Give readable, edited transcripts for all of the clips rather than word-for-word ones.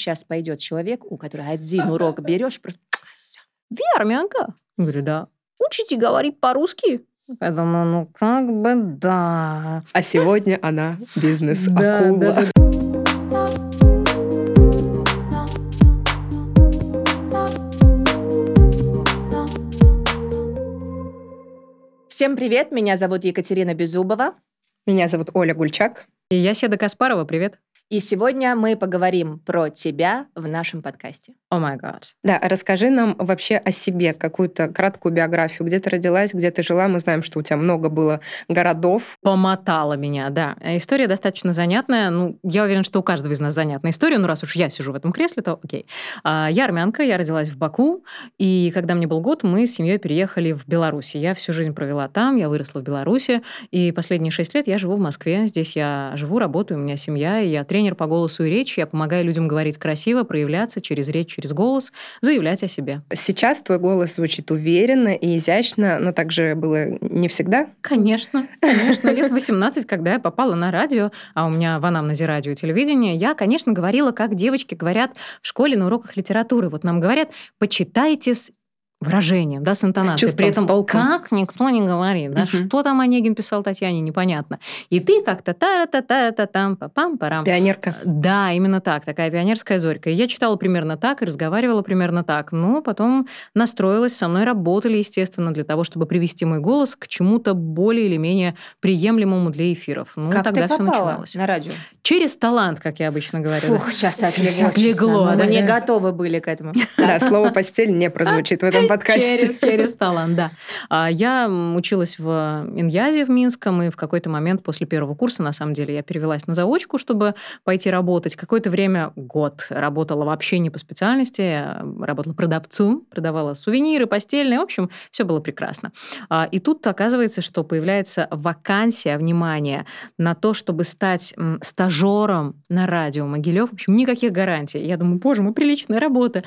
сейчас пойдет человек, у которого один урок берешь, просто все. Вы армянка? Я говорю, да. Учите говорить по-русски? Я думаю, ну как бы да. А сегодня она бизнес-акула. Да. Всем привет, меня зовут Екатерина Беззубова. Меня зовут Оля Гульчак. И я Седа Каспарова, привет. И сегодня мы поговорим про тебя в нашем подкасте. О май гад. Да, расскажи нам вообще о себе, какую-то краткую биографию. Где ты родилась, где ты жила? Мы знаем, что у тебя много было городов. Помотала меня, да. История достаточно занятная. Ну, я уверена, что у каждого из нас занятная история. Ну, раз уж я сижу в этом кресле, то окей. Я армянка, я родилась в Баку. И когда мне был год, мы с семьей переехали в Беларусь. Я всю жизнь провела там, я выросла в Беларуси. И последние 6 лет я живу в Москве. Здесь я живу, работаю, у меня семья, и я тренер по голосу и речи. Я помогаю людям говорить красиво, проявляться через речь, через голос, заявлять о себе. Сейчас твой голос звучит уверенно и изящно, но так же было не всегда? Конечно. Лет 18, когда я попала на радио, а у меня в анамнезе радио и телевидение, я, конечно, говорила, как девочки говорят в школе на уроках литературы. Вот нам говорят, почитайте с выражением, да, с интонацией. С чувством, при этом с толком. как никто не говорит, да, что там Онегин писал Татьяне, непонятно. И ты как-то та-ра-та-та-ра-та-там, па-пам-парам. Пионерка. Да, именно так, такая пионерская зорька. И я читала примерно так и разговаривала примерно так, но потом настроилась, со мной работали, естественно, для того, чтобы привести мой голос к чему-то более или менее приемлемому для эфиров. Ну, Как тогда ты все попала начиналось. на радио? Через талант, как я обычно говорю. Фух, сейчас Отлегло, отлегло. да, Мы не да. готовы были к этому. Да, слово «постель» не прозвучит в этом подкасте. Через талант, да. Я училась в Иньязе в Минском, и в какой-то момент после первого курса, на самом деле, я перевелась на заочку, чтобы пойти работать. Какое-то время, год, работала вообще не по специальности, я работала продавцом, продавала сувениры, постельные, в общем, все было прекрасно. И тут оказывается, что появляется вакансия, внимание, на то, чтобы стать стажером на радио Могилев. В общем, никаких гарантий. Я думаю, боже мой, приличная работа.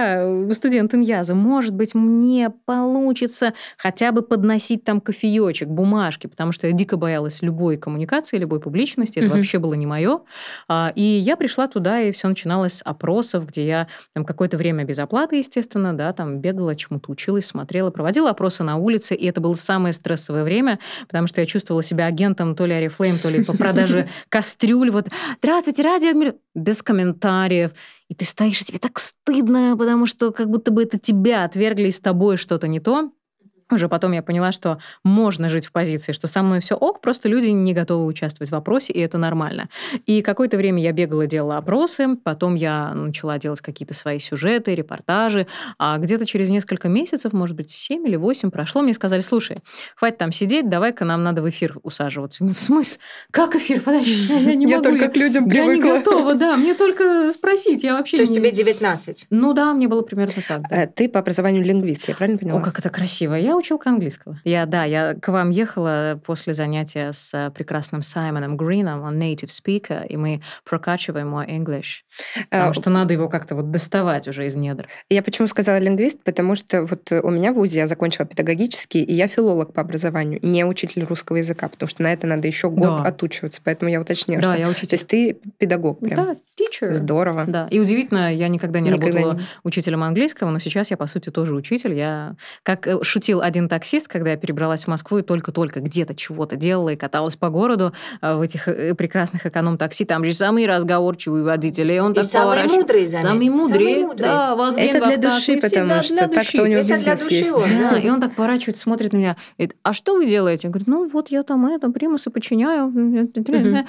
Я студент Иньяза, может быть, мне получится хотя бы подносить там кофеечек, бумажки, потому что я дико боялась любой коммуникации, любой публичности. Это вообще было не мое. И я пришла туда, и все начиналось с опросов, где я там какое-то время без оплаты, естественно, да, там бегала, чему-то училась, смотрела, проводила опросы на улице, и это было самое стрессовое время, потому что я чувствовала себя агентом то ли Oriflame, то ли по продаже кастрюль. Вот, здравствуйте, радио, без комментариев. И ты стоишь, и тебе так стыдно, потому что как будто бы это тебя отвергли, и с тобой что-то не то. Уже потом я поняла, что можно жить в позиции, что со мной все ок, просто люди не готовы участвовать в опросе, и это нормально. И какое-то время я бегала, делала опросы, потом я начала делать какие-то свои сюжеты, репортажи, а где-то через несколько месяцев, может быть, 7 или 8 прошло, мне сказали, слушай, хватит там сидеть, давай-ка нам надо в эфир усаживаться. В смысле? Как эфир? Подожди, я не могу. Я только к людям Я не привыкла. готова, да, мне только спросить, я вообще То есть не... тебе 19? Ну да, мне было примерно так, да. Ты по образованию лингвист, я правильно поняла? О, как это красиво. Я училка английского. Я к вам ехала после занятия с прекрасным Саймоном Грином, он native speaker, и мы прокачиваем мой English. Потому что надо его как-то вот доставать уже из недр. Я почему сказала лингвист? Потому что вот у меня в ВУЗе я закончила педагогический, и я филолог по образованию, не учитель русского языка, потому что на это надо еще год отучиваться, поэтому я уточнила, Да, что... я учитель. То есть ты педагог прям? Да, teacher. Здорово. Да, и удивительно, я никогда не работала учителем английского, но сейчас я, по сути, тоже учитель. Я, как шутил один таксист, когда я перебралась в Москву и только-только где-то чего-то делала и каталась по городу в этих прекрасных эконом-такси, там же самые разговорчивые водители, и он так самые мудрые, заметь. Самые мудрые, да. Это для души, потому что так-то у него бизнес есть. Да, и он так поворачивается, смотрит на меня, говорит, а что вы делаете? Я говорю, ну вот я там примусы подчиняю. Вы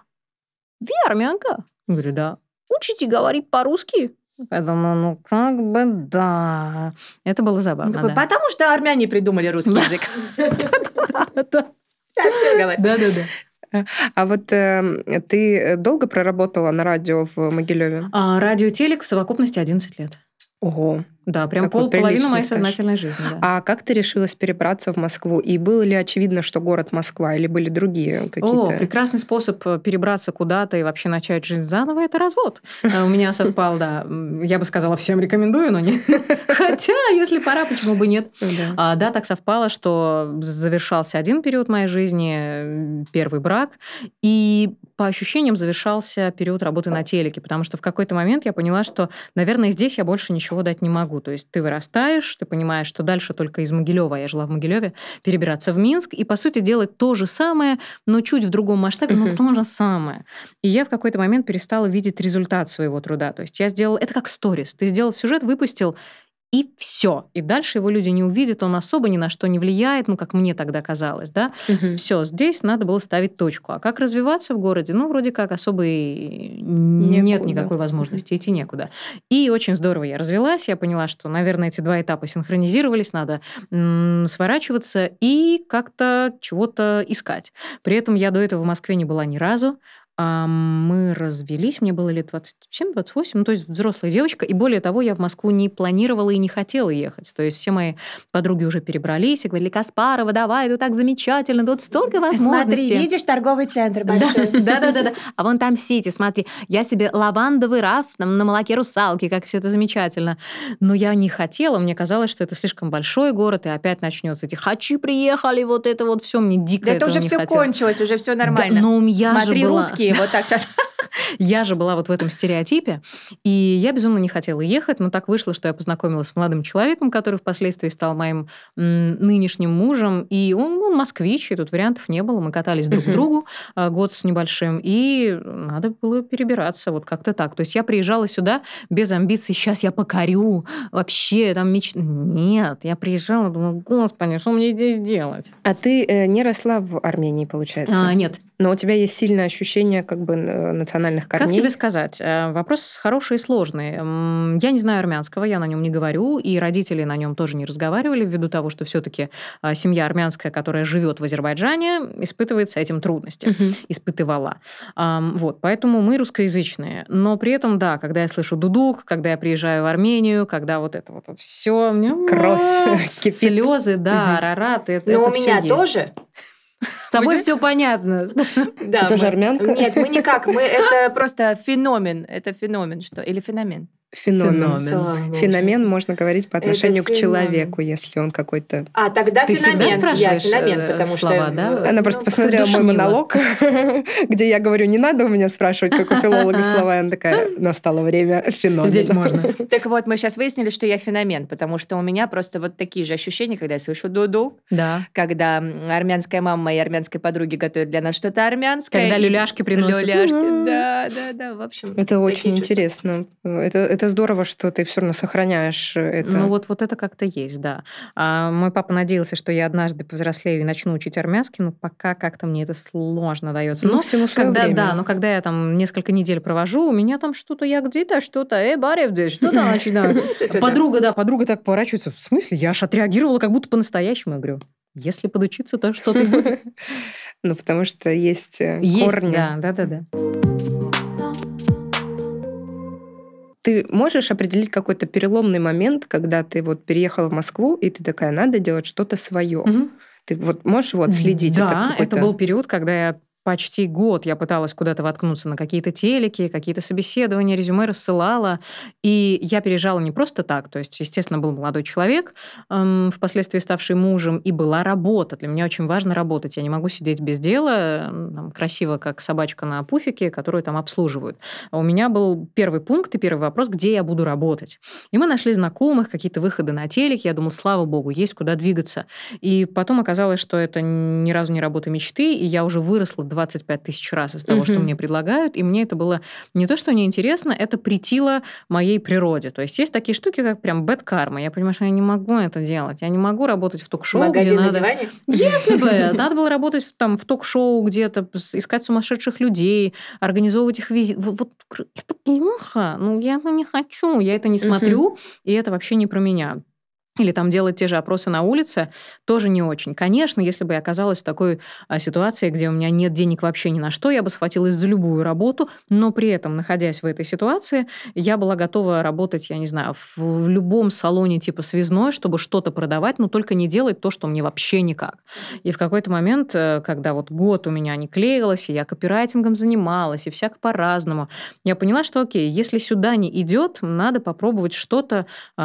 армянка? Я говорю, да. Учите говорить по-русски? Я думаю, ну как бы да. Это было забавно, да. Потому что армяне придумали русский язык. Да. А вот ты долго проработала на радио в Могилеве? Радио-телек в совокупности 11 лет. Ого. Да, прям Такой половина приличный моей стаж. сознательной жизни. Да. А как ты решилась перебраться в Москву? И было ли очевидно, что город Москва, или были другие какие-то... Прекрасный способ перебраться куда-то и вообще начать жизнь заново – это развод. У меня совпал, да. Я бы сказала, всем рекомендую, но не. Хотя, если пора, почему бы нет. Да, так совпало, что завершался один период моей жизни, первый брак, и по ощущениям завершался период работы на телеке, потому что в какой-то момент я поняла, что, наверное, здесь я больше ничего дать не могу. То есть ты вырастаешь, ты понимаешь, что дальше только из Могилева, я жила в Могилеве, перебираться в Минск и, по сути, делать то же самое, но чуть в другом масштабе, но то же самое. И я в какой-то момент перестала видеть результат своего труда. То есть я сделала... Это как сторис. Ты сделал сюжет, выпустил, и все. И дальше его люди не увидят, он особо ни на что не влияет, как мне тогда казалось, да. Все, здесь надо было ставить точку. А как развиваться в городе? Вроде как особо и нет никакой возможности, идти некуда. И очень здорово я развелась, я поняла, что, наверное, эти два этапа синхронизировались, надо сворачиваться и как-то чего-то искать. При этом я до этого в Москве не была ни разу. Мы развелись, мне было лет 27-28, то есть взрослая девочка, и более того, я в Москву не планировала и не хотела ехать. То есть все мои подруги уже перебрались и говорили: Каспарова, давай, тут так замечательно, тут столько возможностей. Смотри, видишь, торговый центр большой. Да. А вон там Сити, смотри, я себе лавандовый раф на молоке русалки, как все это замечательно. Но я не хотела, мне казалось, что это слишком большой город, и опять начнется эти «хачи приехали», вот это вот все, мне дико это уже все кончилось, уже все нормально. Но я Смотри, же была... русские, вот так сейчас. Я же была вот в этом стереотипе, и я безумно не хотела ехать, но так вышло, что я познакомилась с молодым человеком, который впоследствии стал моим нынешним мужем, и он москвич, и тут вариантов не было, мы катались друг к другу год с небольшим, и надо было перебираться вот как-то так. То есть я приезжала сюда без амбиций, сейчас я покорю, вообще там Нет, я приезжала, думала, господи, что мне здесь делать? А ты не росла в Армении, получается? Нет. Но у тебя есть сильное ощущение национальных корней? Как тебе сказать? Вопрос хороший и сложный. Я не знаю армянского, я на нем не говорю, и родители на нем тоже не разговаривали, ввиду того, что все-таки семья армянская, которая живет в Азербайджане, испытывает с этим трудности. Испытывала. Вот, поэтому мы русскоязычные. Но при этом, да, когда я слышу дудук, когда я приезжаю в Армению, когда вот это вот все... Кровь кипит. Слезы, да, арарат. Но у меня тоже... С тобой все понятно. Да, ты тоже армянка? Нет, мы никак. Это просто феномен. Это феномен, что? Или феномен? Феномен можно говорить по отношению к человеку, если он какой-то... Тогда ты феномен. Я феномен, потому слова, что... Да? Она просто посмотрела мой монолог, где я говорю, не надо у меня спрашивать, как у филолога слова. Она такая, настало время феномена. Здесь можно. Так вот, мы сейчас выяснили, что я феномен, потому что у меня просто вот такие же ощущения, когда я слышу дуду, когда армянская мама моей армянской подруги готовит для нас что-то армянское. Когда люляшки приносят. Да, в общем. Это очень интересно. Это здорово, что ты все равно сохраняешь это. Ну вот это как-то есть, да. Мой папа надеялся, что я однажды повзрослею и начну учить армянский, но пока как-то мне это сложно дается. Но всему свое время. Да, но когда я там несколько недель провожу, у меня там что-то, я где-то, что-то, Барев здесь, что-то начинаю. Подруга так поворачивается. В смысле? Я аж отреагировала как будто по-настоящему. Я говорю, если подучиться, то что-то и будет. Ну, потому что есть корни. Да. Ты можешь определить какой-то переломный момент, когда ты переехала в Москву, и ты такая, надо делать что-то свое. Ты можешь следить? Да, это был период, когда я почти год я пыталась куда-то воткнуться на какие-то телеки, какие-то собеседования, резюме рассылала. И я переезжала не просто так. То есть, естественно, был молодой человек, впоследствии ставший мужем, и была работа. Для меня очень важно работать. Я не могу сидеть без дела, красиво, как собачка на пуфике, которую там обслуживают. А у меня был первый пункт и первый вопрос, где я буду работать. И мы нашли знакомых, какие-то выходы на телеке. Я думала, слава богу, есть куда двигаться. И потом оказалось, что это ни разу не работа мечты, и я уже выросла 25 тысяч раз из того, что мне предлагают, и мне это было не то, что неинтересно, это претило моей природе. То есть есть такие штуки, как прям бэд-карма. Я понимаю, что я не могу это делать. Я не могу работать в ток-шоу, магазин на диване? Если бы. Надо было работать в ток-шоу где-то, искать сумасшедших людей, организовывать их визит. Вот это плохо. Я не хочу, я это не смотрю, и это вообще не про меня. или там делать те же опросы на улице, тоже не очень. Конечно, если бы я оказалась в такой ситуации, где у меня нет денег вообще ни на что, я бы схватилась за любую работу, но при этом, находясь в этой ситуации, я была готова работать, я не знаю, в любом салоне типа связной, чтобы что-то продавать, но только не делать то, что мне вообще никак. И в какой-то момент, когда вот год у меня не клеилось, и я копирайтингом занималась, и всяко по-разному, я поняла, что окей, если сюда не идет, надо попробовать что-то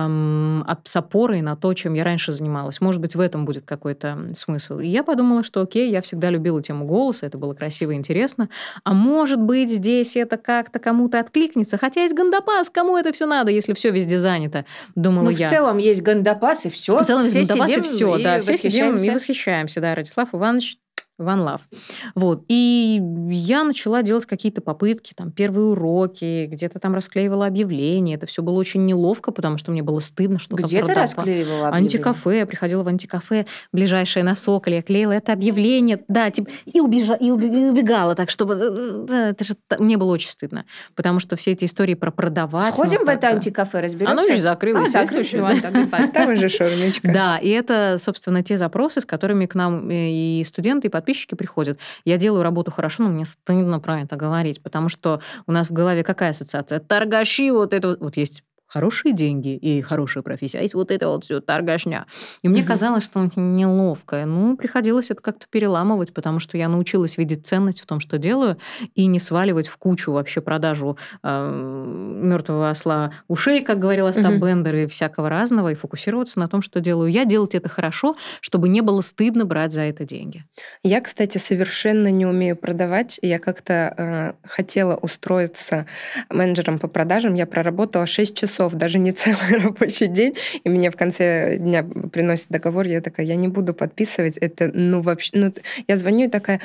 с опорой на то, чем я раньше занималась. Может быть, в этом будет какой-то смысл. И я подумала, что окей, я всегда любила тему голоса, это было красиво и интересно. А может быть, здесь это как-то кому-то откликнется. Хотя есть Гандапас, кому это все надо, если все везде занято, думала я. В целом есть Гандапас, и все. В целом есть Гандапас, и все. Да, все сидим и восхищаемся. Да, Радислав Иванович, One Love. Вот. И я начала делать какие-то попытки, там, первые уроки, где-то там расклеивала объявления. Это все было очень неловко, потому что мне было стыдно что-то продавать. Где ты расклеивала объявления? Антикафе. Я приходила в антикафе, ближайшее на Соколе, я клеила это объявление, да, типа, и убегала так, чтобы... Это же... Мне было очень стыдно, потому что все эти истории про продавать... Сходим в это антикафе, разберемся? Оно уже закрылось. Закрылось. Там уже шаурмичка. Да, и это, собственно, те запросы, с которыми к нам и студенты, и подписчики приходят. Я делаю работу хорошо, но мне стыдно про это говорить, потому что у нас в голове какая ассоциация? Торгаши, вот это вот есть хорошие деньги и хорошая профессия, а есть вот это вот все торгашня. И мне казалось, что это неловко. Ну, приходилось это как-то переламывать, потому что я научилась видеть ценность в том, что делаю, и не сваливать в кучу вообще продажу мертвого осла ушей, как говорил Остап Бендер, и всякого разного, и фокусироваться на том, что делаю я, делать это хорошо, чтобы не было стыдно брать за это деньги. Я, кстати, совершенно не умею продавать. Я как-то хотела устроиться менеджером по продажам. Я проработала 6 часов, даже не целый рабочий день, и мне в конце дня приносят договор, я такая, я не буду подписывать это, вообще, я звоню и такая,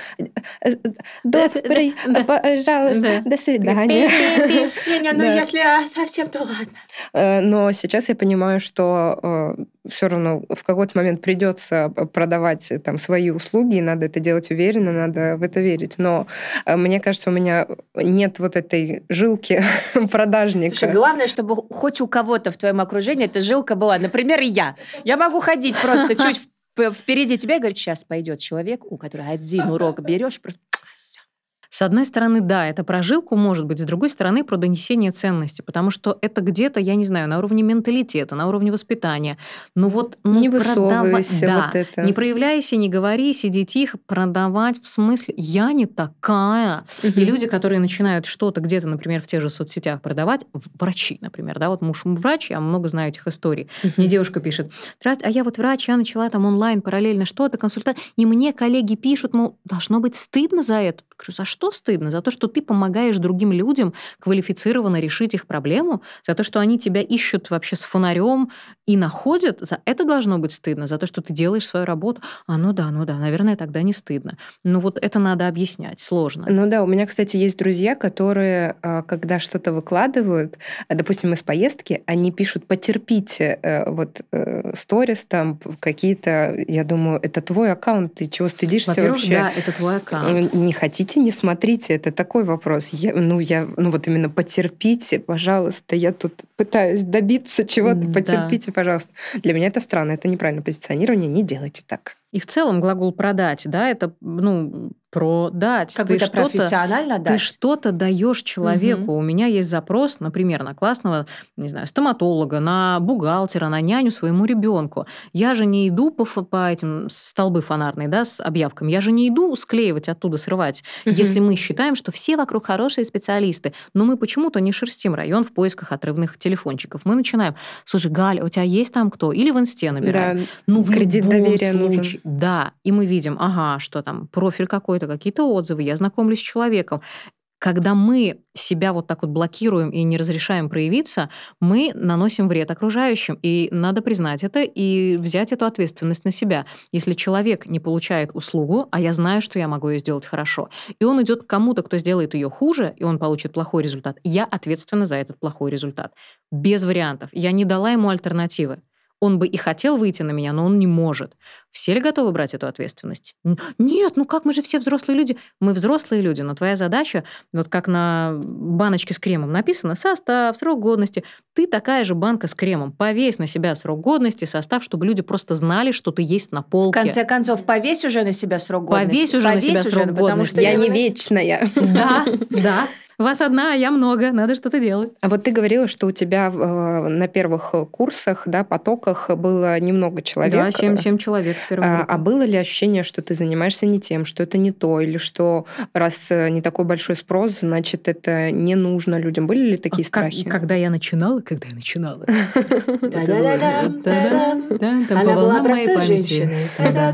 добрый, пожалуйста, до свидания. Если совсем, то ладно. Но сейчас я понимаю, что все равно в какой-то момент придется продавать там свои услуги, и надо это делать уверенно, надо в это верить. Но мне кажется, у меня нет вот этой жилки продажника. Слушай, главное, чтобы хоть у кого-то в твоем окружении эта жилка была. Например, я. Я могу ходить просто чуть впереди тебя и говорить, сейчас пойдет человек, у которого один урок берешь, просто... С одной стороны, да, это про жилку, может быть, с другой стороны, про донесение ценности, потому что это где-то, я не знаю, на уровне менталитета, на уровне воспитания. Не высовывайся, да, вот это. Не проявляйся, не говори, сиди тихо, продавать в смысле «я не такая». И люди, которые начинают что-то где-то, например, в тех же соцсетях продавать, врачи, например, да, вот муж врач, я много знаю этих историй. Мне девушка пишет, здравствуйте, а я вот врач, я начала там онлайн параллельно что-то, консультант, и мне коллеги пишут, мол, должно быть стыдно за это. Я говорю, за что стыдно? За то, что ты помогаешь другим людям квалифицированно решить их проблему, за то, что они тебя ищут вообще с фонарем и находят, за это должно быть стыдно, за то, что ты делаешь свою работу. Ну да, наверное, тогда не стыдно. Но вот это надо объяснять, сложно. Ну да, у меня, кстати, есть друзья, которые, когда что-то выкладывают, допустим, из поездки, они пишут «потерпите», сторис там какие-то, я думаю, это твой аккаунт, ты чего стыдишься Во-первых, вообще? Да, это твой аккаунт. Не хотите, не смотрите, это такой вопрос. Вот именно потерпите, пожалуйста, я тут пытаюсь добиться чего-то, потерпите, пожалуйста. Для меня это странно, это неправильное позиционирование, не делайте так. И в целом глагол «продать», да, это, продать. Как бы это профессионально дать. Ты что-то даешь человеку. У меня есть запрос, например, на классного, не знаю, стоматолога, на бухгалтера, на няню своему ребенку. Я же не иду по этим столбы фонарные, да, с объявками. Я же не иду склеивать оттуда, срывать. Если мы считаем, что все вокруг хорошие специалисты, но мы почему-то не шерстим район в поисках отрывных телефончиков. Мы начинаем, слушай, Галя, у тебя есть там кто? Или в инсте набираем. Да, в кредит доверия нужен. Да, и мы видим, что там, профиль какой-то, какие-то отзывы, я знакомлюсь с человеком. Когда мы себя вот так вот блокируем и не разрешаем проявиться, мы наносим вред окружающим. И надо признать это и взять эту ответственность на себя. Если человек не получает услугу, а я знаю, что я могу ее сделать хорошо, и он идет к кому-то, кто сделает ее хуже, и он получит плохой результат, я ответственна за этот плохой результат. Без вариантов. Я не дала ему альтернативы. Он бы и хотел выйти на меня, но он не может. Все ли готовы брать эту ответственность? Нет, ну как, мы же все взрослые люди. Мы взрослые люди, но твоя задача, вот как на баночке с кремом написано, состав, срок годности. Ты такая же банка с кремом. Повесь на себя срок годности, состав, чтобы люди просто знали, что ты есть на полке. В конце концов, повесь уже на себя срок годности. Повесь уже на себя срок годности. Я не вечная. Да. Вас одна, а я много, надо что-то делать. А вот ты говорила, что у тебя на первых курсах, да, потоках было немного человек. Да, 7 человек в первом А было ли ощущение, что ты занимаешься не тем, что это не то, или что раз не такой большой спрос, значит, это не нужно людям? Были ли такие страхи? Когда я начинала. Она была простой женщиной.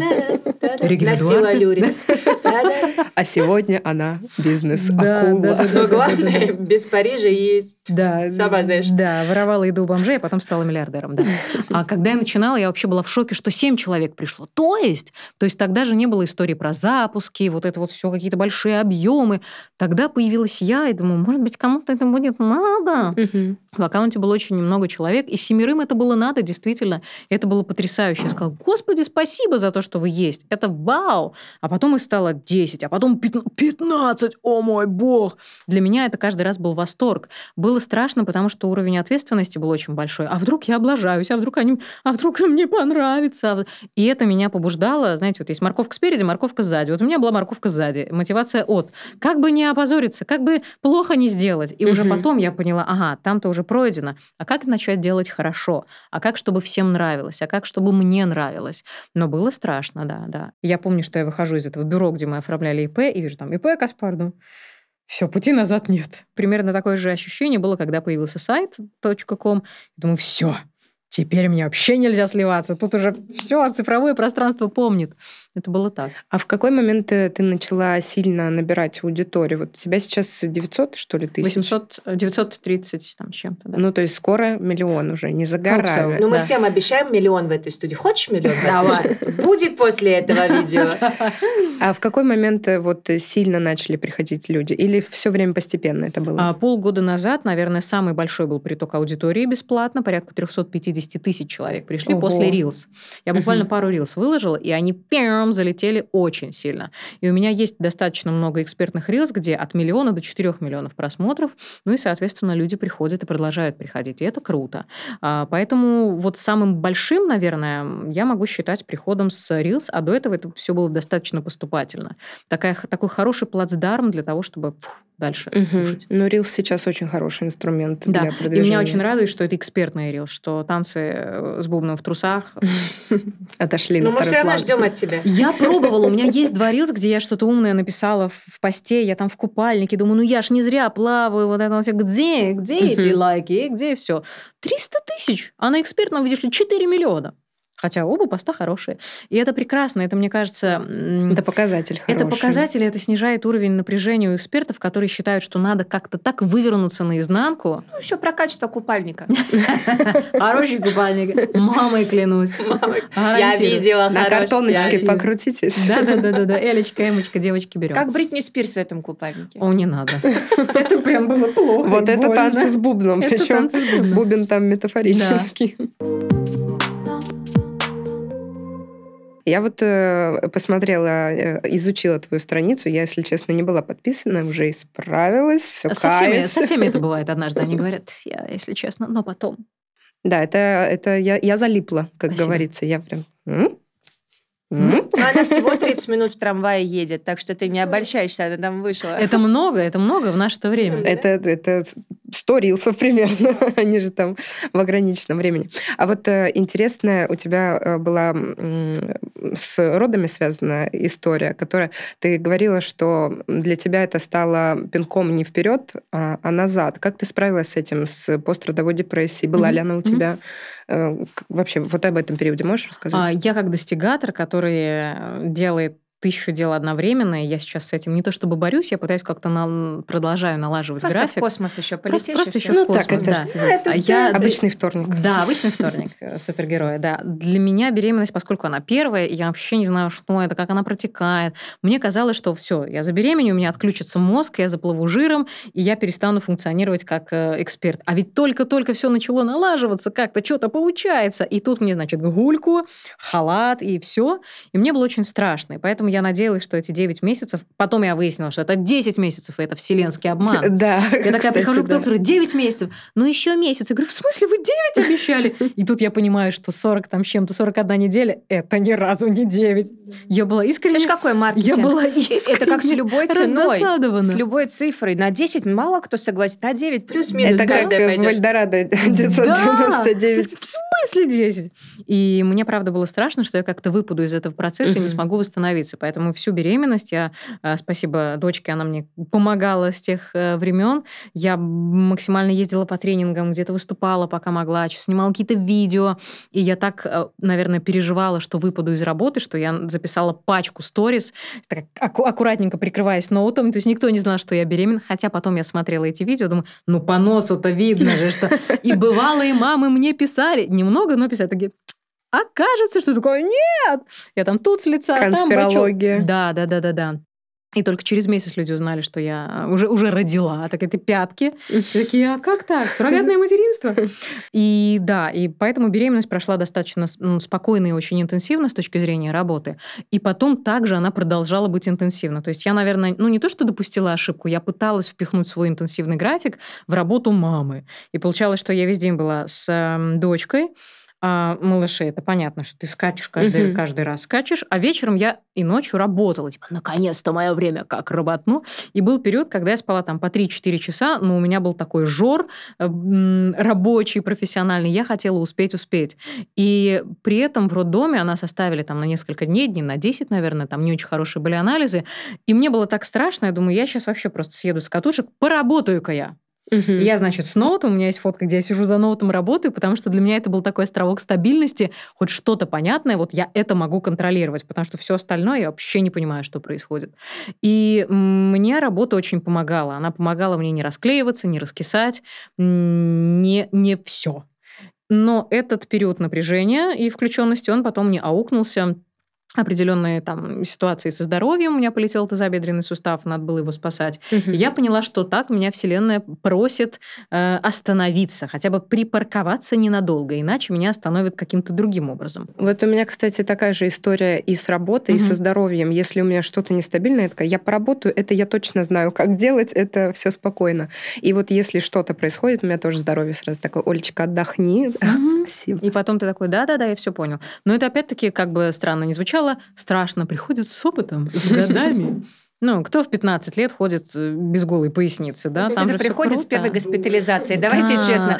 Носила люрекс. А сегодня она бизнес-акула. Но главное, без Парижа и сама знаешь. Да, воровала еду у бомжей, а потом стала миллиардером. Да. А когда я начинала, я вообще была в шоке, что 7 человек пришло. То есть тогда же не было истории про запуски, вот это вот все, какие-то большие объемы. Тогда появилась я и думаю, может быть, кому-то это будет надо. В аккаунте было очень немного человек, и 7 это было надо, действительно. И это было потрясающе. Я сказала, Господи, спасибо за то, что вы есть. Это вау. А потом их стало 10, а потом 15. О мой бог. Для меня это каждый раз был восторг. Было страшно, потому что уровень ответственности был очень большой. А вдруг я облажаюсь? А вдруг им не понравится? И это меня побуждало. Знаете, вот есть морковка спереди, морковка сзади. Вот у меня была морковка сзади. Мотивация от. Как бы не опозориться, как бы плохо не сделать. И уже потом я поняла, ага, там-то уже пройдено. А как начать делать хорошо? А как, чтобы всем нравилось? А как, чтобы мне нравилось? Но было страшно, да. Я помню, что я выхожу из этого бюро, где мы оформляли ИП, и вижу там ИП Каспарду. Все, пути назад нет. Примерно такое же ощущение было, когда появился сайт .com. Думаю, все, теперь мне вообще нельзя сливаться. Тут уже все, цифровое пространство помнит. Это было так. А в какой момент ты начала сильно набирать аудиторию? Вот у тебя сейчас 900, что ли, тысяч? 930 там чем-то, да. Ну, то есть скоро 1 миллион уже, не за горами. Ну, мы всем обещаем 1 миллион в этой студии. Хочешь 1 миллион? Давай. Будет после этого видео. А в какой момент вот сильно начали приходить люди? Или все время постепенно это было? Полгода назад, наверное, самый большой был приток аудитории бесплатно. Порядка 350 тысяч человек пришли после Reels. Я буквально пару Reels выложила, и они залетели очень сильно. И у меня есть достаточно много экспертных Reels, где от 1 миллиона до 4 миллионов просмотров. Ну и, соответственно, люди приходят и продолжают приходить. И это круто. Поэтому вот самым большим, наверное, я могу считать приходом с Reels, а до этого это все было достаточно поступательно. Такой хороший плацдарм для того, чтобы дальше кушать. Ну, Reels сейчас очень хороший инструмент для продвижения. И меня очень радует, что это экспертный Reels, что танцы с бубном в трусах отошли на второй план. Но мы все равно ждем от тебя. Я пробовала, у меня есть 2 Reels, где я что-то умное написала в посте, я там в купальнике, думаю, ну я ж не зря плаваю, вот это все, где эти лайки, где все? 300 тысяч, а на экспертном, видишь ли, 4 миллиона. Хотя оба поста хорошие. И это прекрасно. Это, мне кажется... Это показатель хороший. Это показатель, это снижает уровень напряжения у экспертов, которые считают, что надо как-то так вывернуться наизнанку. Ну, еще про качество купальника. Хороший купальник. Мамой клянусь. Я видела. На картоночке покрутитесь. Да. Элечка, Эмочка, девочки берем. Как Бритни Спирс в этом купальнике. О, не надо. Это прям было плохо. Вот это танцы с бубном. Причем бубен там метафорический. Я вот посмотрела, изучила твою страницу. Я, если честно, не была подписана, уже исправилась, все каюсь. Со всеми это бывает однажды. Они говорят, я, если честно, но потом. Да, это я залипла, как говорится. Я прям... Она всего 30 минут в трамвае едет, так что ты не обольщаешься, она там вышла. Это много в наше время. Это 100 рилсов примерно, они же там в ограниченном времени. А вот интересная у тебя была с родами связана история, которая ты говорила, что для тебя это стало пинком не вперед, а назад. Как ты справилась с этим, с пострадовой депрессией? Была ли она у тебя? Вообще, вот об этом периоде можешь рассказать? Я как достигатор, который делает 1000 дел одновременно, и я сейчас с этим не то чтобы борюсь, я пытаюсь как-то продолжаю налаживать просто график. В космос еще полетишь. Просто еще в космос, да. Обычный вторник. Да, обычный вторник супергероя, да. Для меня беременность, поскольку она первая, я вообще не знаю, что это, как она протекает. Мне казалось, что все, я забеременею, у меня отключится мозг, я заплыву жиром, и я перестану функционировать как эксперт. А ведь только-только все начало налаживаться, как-то что-то получается. И тут мне, значит, гульку, халат и все. И мне было очень страшно. И поэтому я надеялась, что эти 9 месяцев... Потом я выяснила, что это 10 месяцев, и это вселенский обман. Да, я такая прихожу к доктору, 9 месяцев. Ну, еще месяц. Я говорю, в смысле, вы 9 обещали? И тут я понимаю, что 40 там с чем-то, 41 неделя, это ни разу не 9. Я была искренне... Слышь, какой маркетинг? Я была искренне это как с любой ценой, раздосадована. с любой цифрой. На 10 мало кто согласится, на 9 плюс-минус. Это как в Эльдорадо 999. Да, в смысле 10? И мне, правда, было страшно, что я как-то выпаду из этого процесса и не смогу восстановиться. Поэтому всю беременность я, спасибо дочке, она мне помогала с тех времен. Я максимально ездила по тренингам, где-то выступала, пока могла, снимала какие-то видео. И я так, наверное, переживала, что выпаду из работы, что я записала пачку сторис, так аккуратненько прикрываясь ноутом. То есть никто не знал, что я беременна. Хотя потом я смотрела эти видео, думаю, ну по носу-то видно же, что... И бывалые мамы мне писали. Немного, но писали такие... Окажется, что такое нет! Я там тут с лица, конспирология. там бачок. Да. И только через месяц люди узнали, что я уже родила. Так эти пятки. Все такие, а как так? Суррогатное материнство? И да, и поэтому беременность прошла достаточно спокойно и очень интенсивно с точки зрения работы. И потом также она продолжала быть интенсивна. То есть я, наверное, не то, что допустила ошибку, я пыталась впихнуть свой интенсивный график в работу мамы. И получалось, что я весь день была с дочкой, малышей, это понятно, что ты скачешь каждый раз скачешь, а вечером я и ночью работала. Типа, наконец-то мое время как работну. И был период, когда я спала там по 3-4 часа, но у меня был такой жор рабочий, профессиональный. Я хотела успеть. И при этом в роддоме она составили там на несколько дней на 10, наверное, там не очень хорошие были анализы. И мне было так страшно, я думаю, я сейчас вообще просто съеду с катушек, поработаю-ка я. И я, значит, с ноутом, у меня есть фотка, где я сижу за ноутом, работаю, потому что для меня это был такой островок стабильности, хоть что-то понятное, вот я это могу контролировать, потому что все остальное я вообще не понимаю, что происходит. И мне работа очень помогала. Она помогала мне не расклеиваться, не раскисать, не все. Но этот период напряжения и включенности, он потом не аукнулся. Определенные там ситуации со здоровьем, у меня полетел тазобедренный сустав, надо было его спасать. И я поняла, что так меня Вселенная просит остановиться, хотя бы припарковаться ненадолго, иначе меня остановит каким-то другим образом. Вот у меня, кстати, такая же история и с работой, и со здоровьем. Если у меня что-то нестабильное, я поработаю, это я точно знаю, как делать, это все спокойно. И вот если что-то происходит, у меня тоже здоровье сразу такое, Олечка, отдохни. Спасибо. И потом ты такой, да, я все понял. Но это опять-таки, как бы странно не звучало, страшно, приходит с опытом, с годами. Ну, кто в 15 лет ходит без голой поясницы, да? Там же приходит с первой госпитализацией, давайте честно.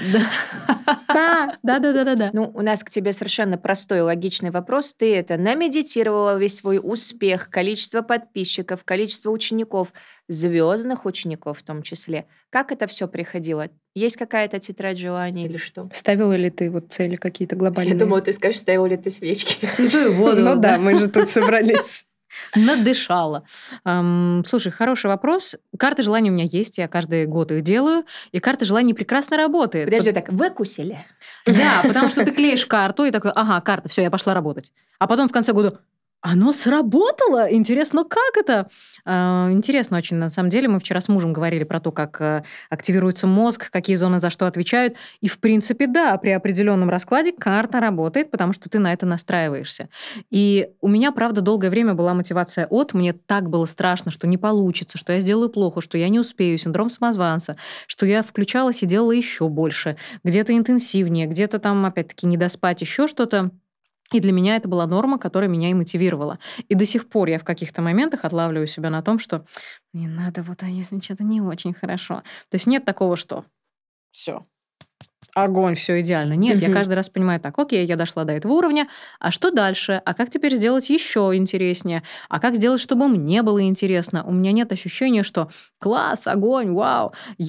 Да. Ну, у нас к тебе совершенно простой и логичный вопрос. Ты это намедитировала весь свой успех, количество подписчиков, количество учеников, звездных учеников в том числе. Как это все приходило? Есть какая-то тетрадь желаний или что? Ставила ли ты вот цели какие-то глобальные? Я думала, ты скажешь, ставила ли ты свечки. Святую воду. Ну да, мы же тут собрались. Надышала. Слушай, хороший вопрос. Карты желаний у меня есть, я каждый год их делаю, и карта желаний прекрасно работает. Подожди, так выкусили? Да, потому что ты клеишь карту и такой, ага, карта, все, я пошла работать. А потом в конце года, оно сработало? Интересно, как это? Интересно очень, на самом деле. Мы вчера с мужем говорили про то, как активируется мозг, какие зоны за что отвечают. И, в принципе, да, при определенном раскладе карта работает, потому что ты на это настраиваешься. И у меня, правда, долгое время была мотивация от. Мне так было страшно, что не получится, что я сделаю плохо, что я не успею, синдром самозванца, что я включалась и делала еще больше, где-то интенсивнее, где-то там, опять-таки, не доспать, еще что-то. И для меня это была норма, которая меня и мотивировала. И до сих пор я в каких-то моментах отлавливаю себя на том, что мне надо вот, а если что-то не очень хорошо. То есть нет такого, что все, огонь, все идеально. Нет, я каждый раз понимаю так, окей, я дошла до этого уровня, а что дальше? А как теперь сделать еще интереснее? А как сделать, чтобы мне было интересно? У меня нет ощущения, что класс, огонь, вау. Я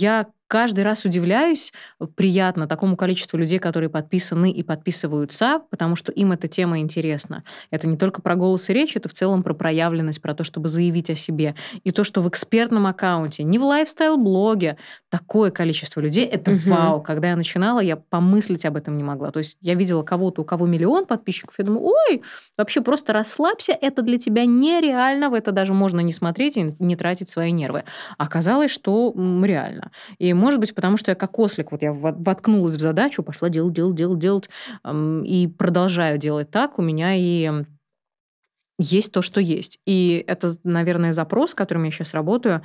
каждый раз удивляюсь, приятно такому количеству людей, которые подписаны и подписываются, потому что им эта тема интересна. Это не только про голос и речь, это в целом про проявленность, про то, чтобы заявить о себе. И то, что в экспертном аккаунте, не в лайфстайл-блоге, такое количество людей, это вау. Когда я начинала, я помыслить об этом не могла. То есть я видела кого-то, у кого 1 миллион подписчиков, я думаю, ой, вообще просто расслабься, это для тебя нереально, в это даже можно не смотреть и не тратить свои нервы. Оказалось, что реально. И может быть, потому что я как ослик, вот я воткнулась в задачу, пошла делать, и продолжаю делать так, у меня и есть то, что есть. И это, наверное, запрос, которым я сейчас работаю,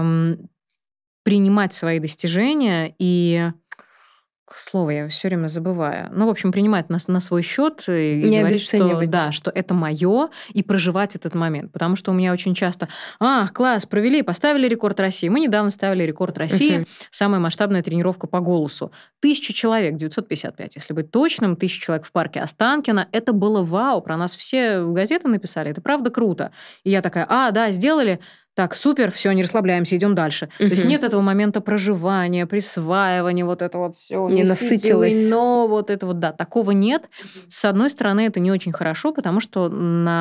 принимать свои достижения и... Слово я все время забываю. В общем, принимать на свой счет и Не говорить, что, обесценивать. да, что это мое, и проживать этот момент. Потому что у меня очень часто, класс, провели, поставили рекорд России. Мы недавно ставили рекорд России, самая масштабная тренировка по голосу. 1000 человек, 955, если быть точным, 1000 человек в парке Останкино. Это было вау, про нас все газеты написали, это правда круто. И я такая, да, сделали. Так, супер, все, не расслабляемся, идем дальше. То есть нет этого момента проживания, присваивания, вот это вот все. Не насытилась. Но вот это вот, да, такого нет. С одной стороны, это не очень хорошо, потому что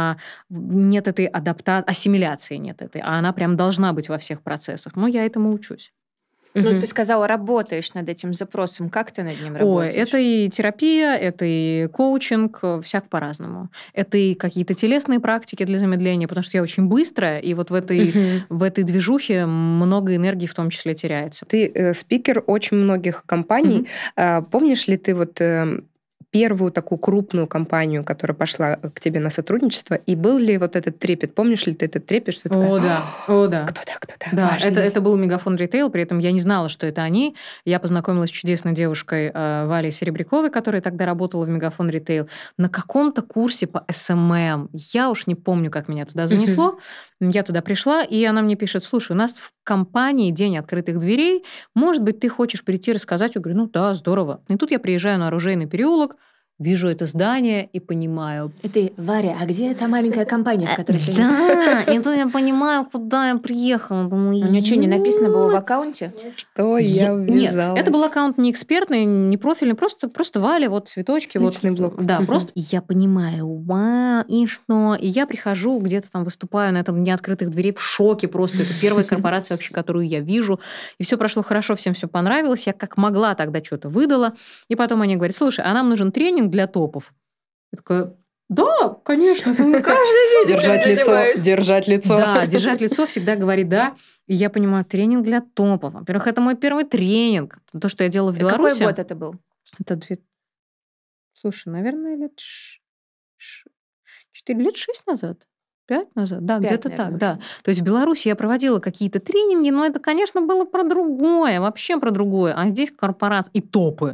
нет этой ассимиляции, нет этой, а она прям должна быть во всех процессах. Но я этому учусь. Ты сказала, работаешь над этим запросом. Как ты над ним работаешь? Ой, это и терапия, это и коучинг, всяк по-разному. Это и какие-то телесные практики для замедления, потому что я очень быстрая, и вот в этой движухе много энергии в том числе теряется. Ты спикер очень многих компаний. Помнишь ли ты вот первую такую крупную компанию, которая пошла к тебе на сотрудничество, и был ли вот этот трепет? Помнишь ли ты этот трепет, что ты О, да. Кто-то Да, важный. это был Мегафон Ритейл, при этом я не знала, что это они. Я познакомилась с чудесной девушкой Валей Серебряковой, которая тогда работала в Мегафон Ритейл, на каком-то курсе по СММ. Я уж не помню, как меня туда занесло. Я туда пришла, и она мне пишет, слушай, у нас в компании день открытых дверей, может быть, ты хочешь прийти рассказать? Я говорю, да, здорово. И тут я приезжаю на Оружейный переулок, вижу это здание и понимаю... И ты, Варя, а где эта маленькая компания, в которой сегодня... Да, и тут я понимаю, куда я приехала. Думаю, У нее что, не написано было в аккаунте? Что я ввязалась? Нет, это был аккаунт не экспертный, не профильный, просто Валя, вот цветочки. Личный вот, блог. Да, просто я понимаю, вау, и что? И я прихожу, где-то там выступаю на этом дне открытых дверей в шоке просто. Это первая корпорация вообще, которую я вижу. И все прошло хорошо, всем все понравилось. Я как могла тогда что-то выдала. И потом они говорят, слушай, а нам нужен тренинг для топов. Я такая... Да, конечно, каждый день Держать лицо. Да, держать лицо, всегда говорить «да». И я понимаю, тренинг для топов. Во-первых, это мой первый тренинг. То, что я делала в Беларуси. Какой год это был? Это Слушай, наверное, лет 4, лет 6 назад. 5 назад, да, 5, где-то наверное, так, да. уже. То есть в Беларуси я проводила какие-то тренинги, но это, конечно, было про другое, вообще про другое. А здесь корпорации и топы.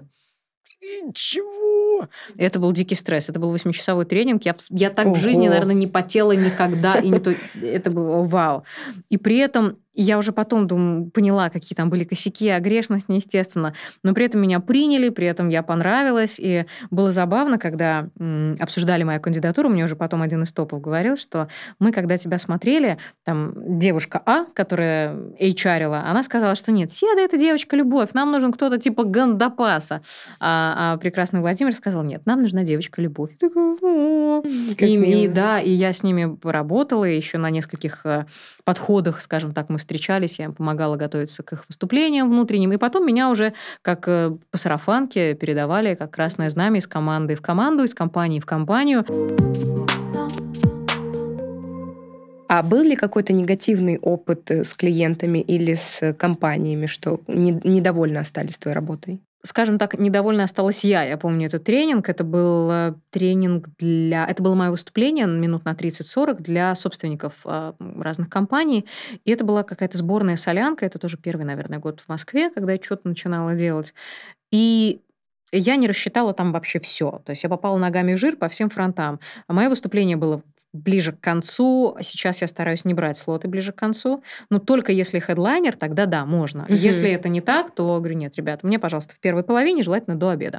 Чего? Это был дикий стресс. Это был 8-часовой тренинг. Я так в жизни, наверное, не потела никогда. И не то... Это было вау. И при этом я уже потом поняла, какие там были косяки, огрешность, естественно. Но при этом меня приняли, при этом я понравилась. И было забавно, когда обсуждали мою кандидатуру, мне уже потом один из топов говорил, что мы, когда тебя смотрели, там девушка А, которая HR-ила, она сказала, что нет, Седа — это девочка Любовь, нам нужен кто-то типа Гандапаса. А прекрасный Владимир сказал, нет, нам нужна девочка Любовь. Я такая, и я с ними поработала, еще на нескольких подходах, скажем так, мы встречались, я им помогала готовиться к их выступлениям внутренним, и потом меня уже как по сарафанке передавали как красное знамя из команды в команду, из компании в компанию. А был ли какой-то негативный опыт с клиентами или с компаниями, что недовольны остались твоей работой? Скажем так, недовольна осталась я. Я помню этот тренинг. Это был тренинг Это было мое выступление минут на 30-40 для собственников разных компаний. И это была какая-то сборная солянка. Это тоже первый, наверное, год в Москве, когда я что-то начинала делать. И я не рассчитала там вообще все. То есть я попала ногами в жир по всем фронтам. А мое выступление было ближе к концу. Сейчас я стараюсь не брать слоты ближе к концу. Но только если хедлайнер, тогда да, можно. Если это не так, то говорю, нет, ребята, мне, пожалуйста, в первой половине, желательно до обеда.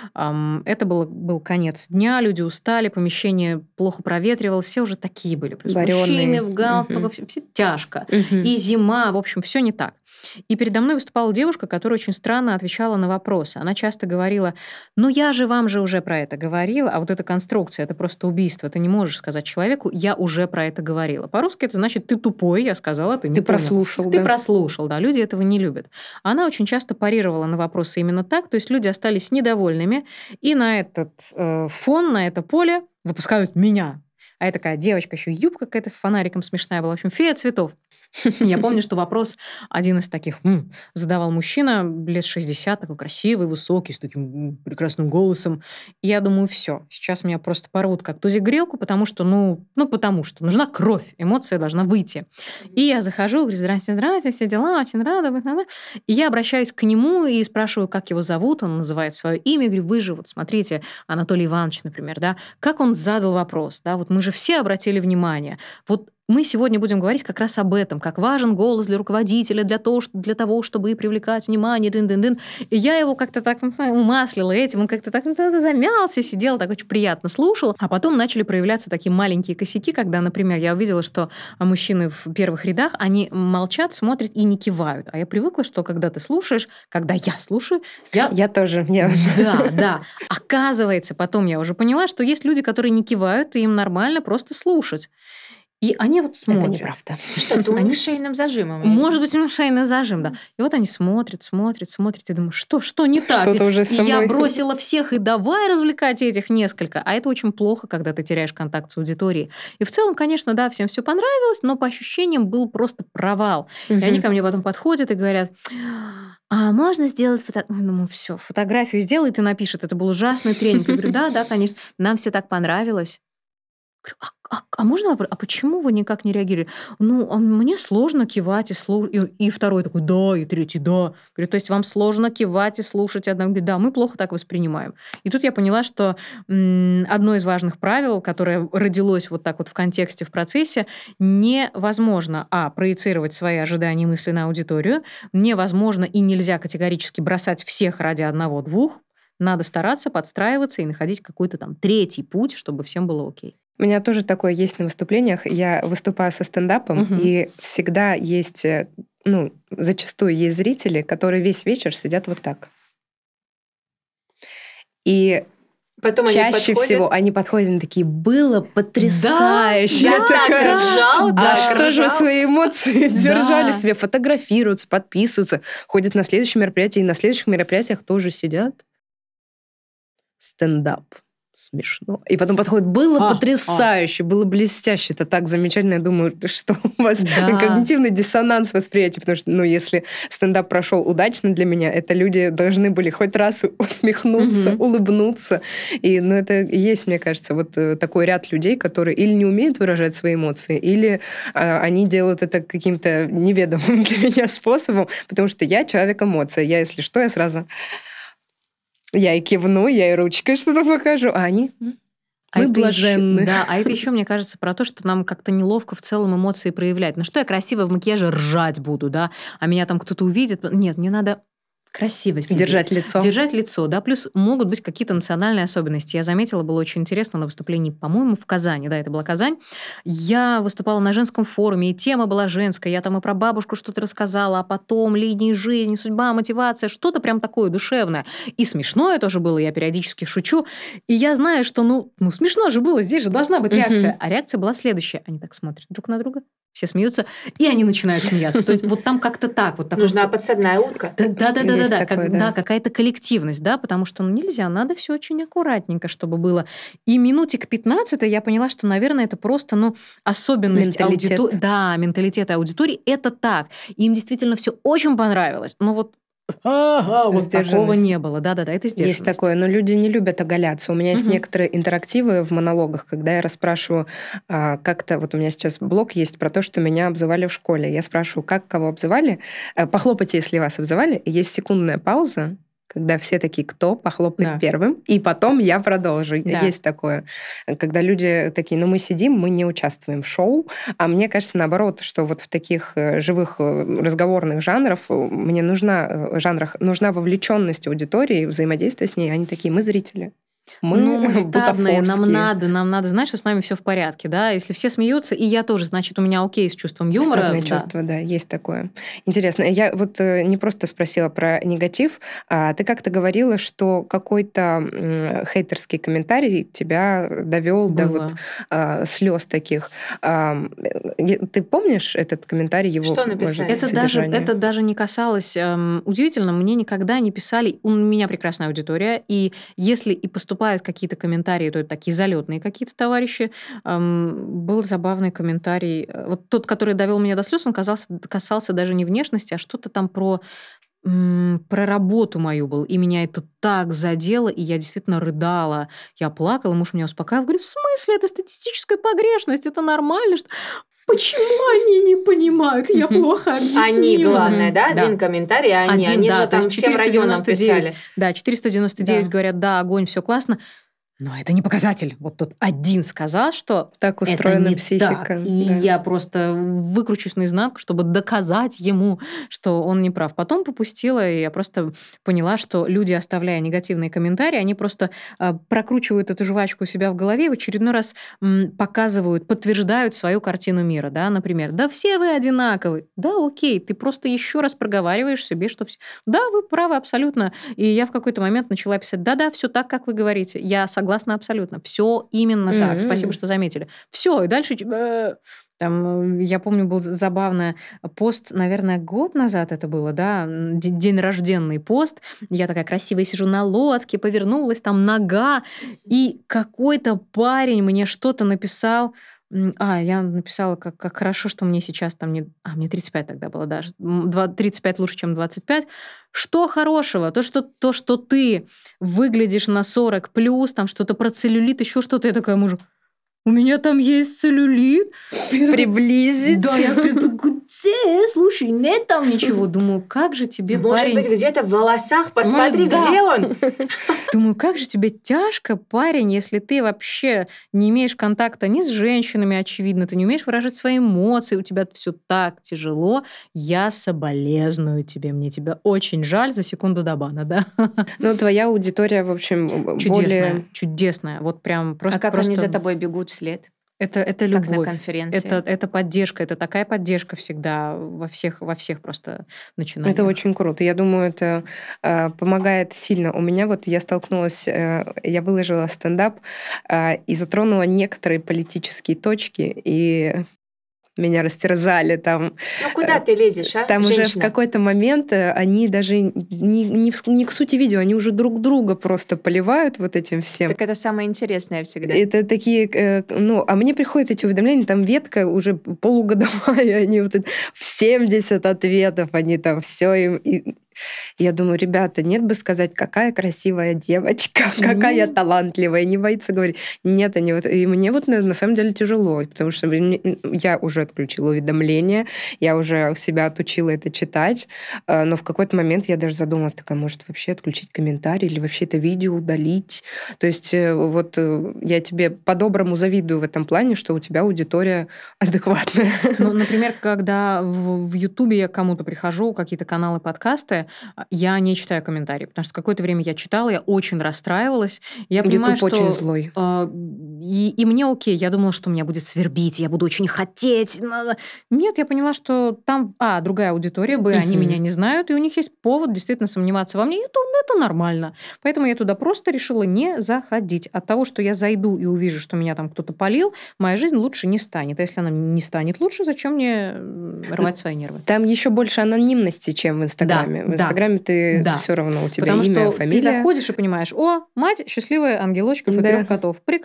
Это был конец дня, люди устали, помещение плохо проветривалось, все уже такие были. Плюс мужчины в галстуках, все тяжко. И зима, в общем, все не так. И передо мной выступала девушка, которая очень странно отвечала на вопросы. Она часто говорила, ну я же вам же уже про это говорила, а вот эта конструкция, это просто убийство. Ты не можешь сказать человеку, я уже про это говорила. По-русски это значит, ты тупой, я сказала, ты не понял. Прослушал, Ты прослушал, да, люди этого не любят. Она очень часто парировала на вопросы именно так, то есть люди остались недовольными, и на этот фон, на это поле выпускают меня. А я такая девочка, еще юбка какая-то с фонариком смешная была. В общем, фея цветов. Я помню, что вопрос один из таких задавал мужчина, лет 60, такой красивый, высокий, с таким прекрасным голосом. И я думаю, все, сейчас меня просто порвут как тузик-грелку, потому что, потому что нужна кровь, эмоция должна выйти. И я захожу, говорю, здрасте, все дела, очень рада. И я обращаюсь к нему и спрашиваю, как его зовут, он называет свое имя, я говорю, вы же, вот смотрите, Анатолий Иванович, например, да, как он задал вопрос, да, вот мы же все обратили внимание, вот мы сегодня будем говорить как раз об этом, как важен голос для руководителя, для того, чтобы привлекать внимание, дын-дын-дын. И я его как-то так умаслила этим, он как-то так замялся, сидел, так очень приятно слушал. А потом начали проявляться такие маленькие косяки, когда, например, я увидела, что мужчины в первых рядах, они молчат, смотрят и не кивают. А я привыкла, что когда ты слушаешь, когда я слушаю... Я тоже. Да. Оказывается, потом я уже поняла, что есть люди, которые не кивают, и им нормально просто слушать. И они вот смотрят. Это неправда. Что-то у них шейным зажимом. Может быть, у них шейный зажим, да. И вот они смотрят. И думаю, что не так? Что-то уже со мной. И я мной. бросила всех, и давай развлекать этих несколько. А это очень плохо, когда ты теряешь контакт с аудиторией. И в целом, конечно, да, всем все понравилось, но по ощущениям был просто провал. И они ко мне потом подходят и говорят... А можно сделать Ну, все, фотографию сделай, ты напишешь, это был ужасный тренинг. Я говорю, да, конечно, нам все так понравилось. А можно вопрос? А почему вы никак не реагировали? Мне сложно кивать и слушать. И второй такой, да, и третий, да. Говорю, то есть вам сложно кивать и слушать? Одна говорит, да, мы плохо так воспринимаем. И тут я поняла, что одно из важных правил, которое родилось вот так вот в контексте, в процессе, невозможно, проецировать свои ожидания и мысли на аудиторию, невозможно и нельзя категорически бросать всех ради одного-двух. Надо стараться подстраиваться и находить какой-то там третий путь, чтобы всем было окей. У меня тоже такое есть на выступлениях. Я выступаю со стендапом, и всегда есть, зачастую есть зрители, которые весь вечер сидят вот так. И потом чаще всего они подходят и такие, было потрясающе. Да, так ржал. Что же вы свои эмоции держали в себе? Фотографируются, подписываются, ходят на следующее мероприятие, и на следующих мероприятиях тоже сидят. Стендап. Смешно. И потом подходит, было потрясающе, было блестяще, это так замечательно. Я думаю, что у вас когнитивный диссонанс восприятия, потому что, если стендап прошел удачно для меня, это люди должны были хоть раз усмехнуться, улыбнуться. И, это и есть, мне кажется, вот такой ряд людей, которые или не умеют выражать свои эмоции, или они делают это каким-то неведомым для меня способом, потому что я человек эмоций. Я, если что, я сразу... Я и кивну, я и ручкой что-то покажу, а они... Мы блаженны. А это еще, мне кажется, про то, что нам как-то неловко в целом эмоции проявлять. Что я красиво в макияже ржать буду, да? А меня там кто-то увидит. Нет, мне надо красиво сидеть. Держать лицо, да. Плюс могут быть какие-то национальные особенности. Я заметила, было очень интересно на выступлении, по-моему, в Казани. Да, это была Казань. Я выступала на женском форуме, и тема была женская. Я там и про бабушку что-то рассказала, а потом линии жизни, судьба, мотивация, что-то прям такое душевное. И смешное тоже было, я периодически шучу. И я знаю, что, смешно же было, здесь же должна быть реакция. А реакция была следующая. Они так смотрят друг на друга, все смеются, и они начинают смеяться. То есть вот там как-то так. Вот нужна подсадная утка. Да, какая-то коллективность, да, потому что нельзя, надо все очень аккуратненько, чтобы было. И минутик 15 я поняла, что, наверное, это просто, особенность аудитории. Да, менталитет аудитории, это так. Им действительно все очень понравилось, но вот такого не было. Да, это сдержанность. Есть такое, но люди не любят оголяться. У меня есть некоторые интерактивы в монологах, когда я расспрашиваю, как-то, вот у меня сейчас блог есть про то, что меня обзывали в школе. Я спрашиваю, как кого обзывали. Похлопайте, если вас обзывали. Есть секундная пауза, когда все такие, кто похлопает Да. первым, и потом я продолжу. Да. Есть такое. Когда люди такие, мы сидим, мы не участвуем в шоу, а мне кажется, наоборот, что вот в таких живых разговорных жанрах нужна вовлеченность аудитории, взаимодействие с ней, они такие, мы зрители. Мы стадные, нам бутафорские. надо знать, что с нами все в порядке, да. Если все смеются, и я тоже, значит, у меня окей с чувством юмора. Стадное да. чувство, да, есть такое. Интересно. Я вот не просто спросила про негатив, а ты как-то говорила, что какой-то хейтерский комментарий тебя довел до Было. вот слез таких. Ты помнишь этот комментарий, его Что написали? может, Это даже не касалось... удивительно, мне никогда не писали... У меня прекрасная аудитория, и если и поступают какие-то комментарии, то это такие залетные какие-то товарищи. Был забавный комментарий. Вот тот, который довел меня до слез, он касался даже не внешности, а что-то там про работу мою был. И меня это так задело, и я действительно рыдала. Я плакала, муж меня успокаивал. Говорит, в смысле? Это статистическая погрешность, это нормально. Что... Почему они не понимают? Я плохо объяснила. Они, главное, да? Один комментарий, они да, же то там есть всем районам 499, писали. да, 499 Да. говорят, да, огонь, все классно. Но это не показатель. Вот тут один сказал, что Так устроена это не психика. так. И да. я просто выкручусь наизнанку, чтобы доказать ему, что он не прав. Потом попустила, и я просто поняла, что люди, оставляя негативные комментарии, они просто прокручивают эту жвачку у себя в голове и в очередной раз показывают, подтверждают свою картину мира. Да? Например, да все вы одинаковы. Да, окей, ты просто еще раз проговариваешь себе, что все... Да, вы правы абсолютно. И я в какой-то момент начала писать, да-да, все так, как вы говорите. Я согласна абсолютно. Все именно так. Спасибо, что заметили. Все, и дальше... Там, я помню, был забавный пост, наверное, год назад это было, да, день рожденный пост. Я такая красивая сижу на лодке, повернулась, там нога, и какой-то парень мне что-то написал. Я написала, как хорошо, что мне сейчас там не... мне 35 тогда было даже. 35 лучше, чем 25. Что хорошего? То, что ты выглядишь на 40 плюс, там что-то про целлюлит, еще что-то. Я такая, мужу, у меня там есть целлюлит. Приблизить. Да, я говорю, где? Слушай, нет там ничего. Думаю, как же тебе, Может быть, где-то в волосах, посмотри, да. где он. Думаю, как же тебе тяжко, парень, если ты вообще не имеешь контакта ни с женщинами, очевидно, ты не умеешь выражать свои эмоции, у тебя все так тяжело. Я соболезную тебе, мне тебя очень жаль за секунду до бана, да? Ну, твоя аудитория, в общем, чудесная. Вот прям просто... А как они за тобой бегут вслед? Это любовь. Как на конференции. Это поддержка. Это такая поддержка всегда во всех просто начинаниях. Это очень круто. Я думаю, это помогает сильно. У меня вот я столкнулась, я выложила стендап и затронула некоторые политические точки, и меня растерзали там. Ну, куда ты лезешь, а, Там женщина? уже в какой-то момент они даже не к сути видео, они уже друг друга просто поливают вот этим всем. Так это самое интересное всегда. Это такие... а мне приходят эти уведомления, там ветка уже полугодовая, они вот в 70 ответов, они там все им... Я думаю, ребята, нет бы сказать, какая красивая девочка, какая талантливая, не боится говорить. Нет, они вот... И мне вот на самом деле тяжело, потому что я уже отключила уведомления, я уже себя отучила это читать, но в какой-то момент я даже задумалась, такая, может, вообще отключить комментарий или вообще это видео удалить. То есть вот я тебе по-доброму завидую в этом плане, что у тебя аудитория адекватная. Ну, например, когда в Ютубе я к кому-то прихожу, какие-то каналы, подкасты, я не читаю комментарии, потому что какое-то время я читала, я очень расстраивалась. Я понимаю, YouTube что... очень злой. И мне окей, я думала, что меня будет свербить, я буду очень хотеть. Нет, я поняла, что там, другая аудитория, они меня не знают, и у них есть повод действительно сомневаться во мне, и это нормально. Поэтому я туда просто решила не заходить. От того, что я зайду и увижу, что меня там кто-то полил, моя жизнь лучше не станет. А если она не станет лучше, зачем мне рвать свои нервы? Там еще больше анонимности, чем в Инстаграме. В Инстаграме ты все равно, у тебя Потому имя, что фамилия. ты заходишь и понимаешь, мать счастливая ангелочков и 3 котов. Прекрасно, рада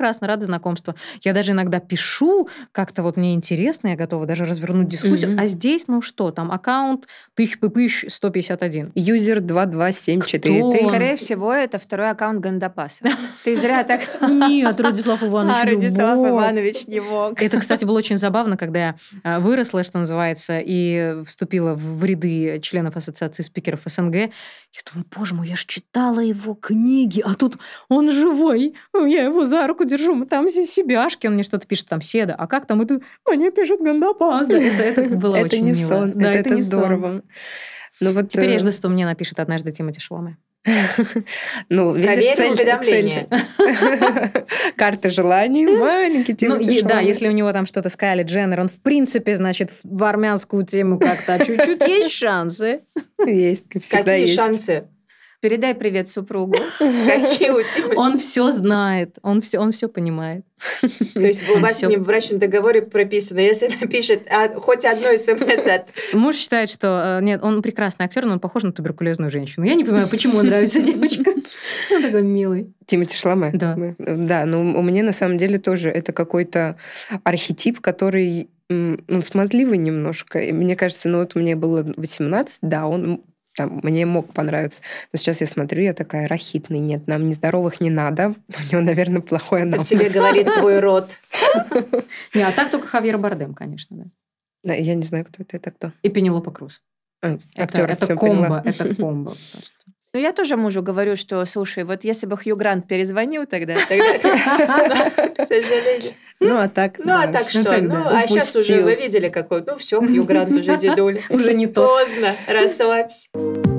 знакомства. Я даже иногда пишу, как-то вот мне интересно, я готова даже развернуть дискуссию. А здесь, ну что, там аккаунт 151. Юзер 2274. Кто? Ты, скорее всего, это второй аккаунт Гандапаса. Ты зря так... Нет, Радислав Иванович не Радислав мог. Иванович не мог. Это, кстати, было очень забавно, когда я выросла, что называется, и вступила в ряды членов Ассоциации спикеров СНГ. Я думаю, боже мой, я ж читала его книги, а тут он живой. Я его за руку держу, мы там себяшки, он мне что-то пишет, там, Седа, а как там? Это мне пишут Гандапас. Да, это было Это очень не мило. сон, Да, это не сон. здорово. Ну, вот, Теперь я жду, что мне напишет однажды Тимоти Шаломе. ну, видишь, цель. Карта желаний, маленький Тимоти Шаломе. Да, если у него там что-то с Кайли Дженнер, он в принципе, значит, в армянскую тему как-то чуть-чуть есть шансы. Есть, всегда Какие есть. шансы? Передай привет супругу. Какие у тебя? Он все знает, он все понимает. То есть у вас в брачном договоре прописано, если напишет хоть одно смс от... Муж считает, что... Нет, он прекрасный актер, но он похож на туберкулезную женщину. Я не понимаю, почему он нравится девочка. Он такой милый. Тимоти Шаломе? Да. Да, но у меня на самом деле тоже это какой-то архетип, который смазливый немножко. И мне кажется, ну вот мне было 18, да, он... Там, мне мог понравиться. Но сейчас я смотрю, я такая, рахитный. Нет, нам нездоровых не надо. У него, наверное, плохой Это анамнез. в тебе говорит твой род. Не, а так только Хавьер Бардем, конечно, да. Я не знаю, кто это кто. И Пенелопа Круз. Актер, это комбо, это комбо. Ну, я тоже мужу говорю, что, слушай, вот если бы Хью Грант перезвонил тогда, к сожалению. Ну, а так... Ну, а так что? А сейчас уже вы видели какой. Ну, все, Хью Грант уже дедуля. Уже не то. Поздно, расслабься.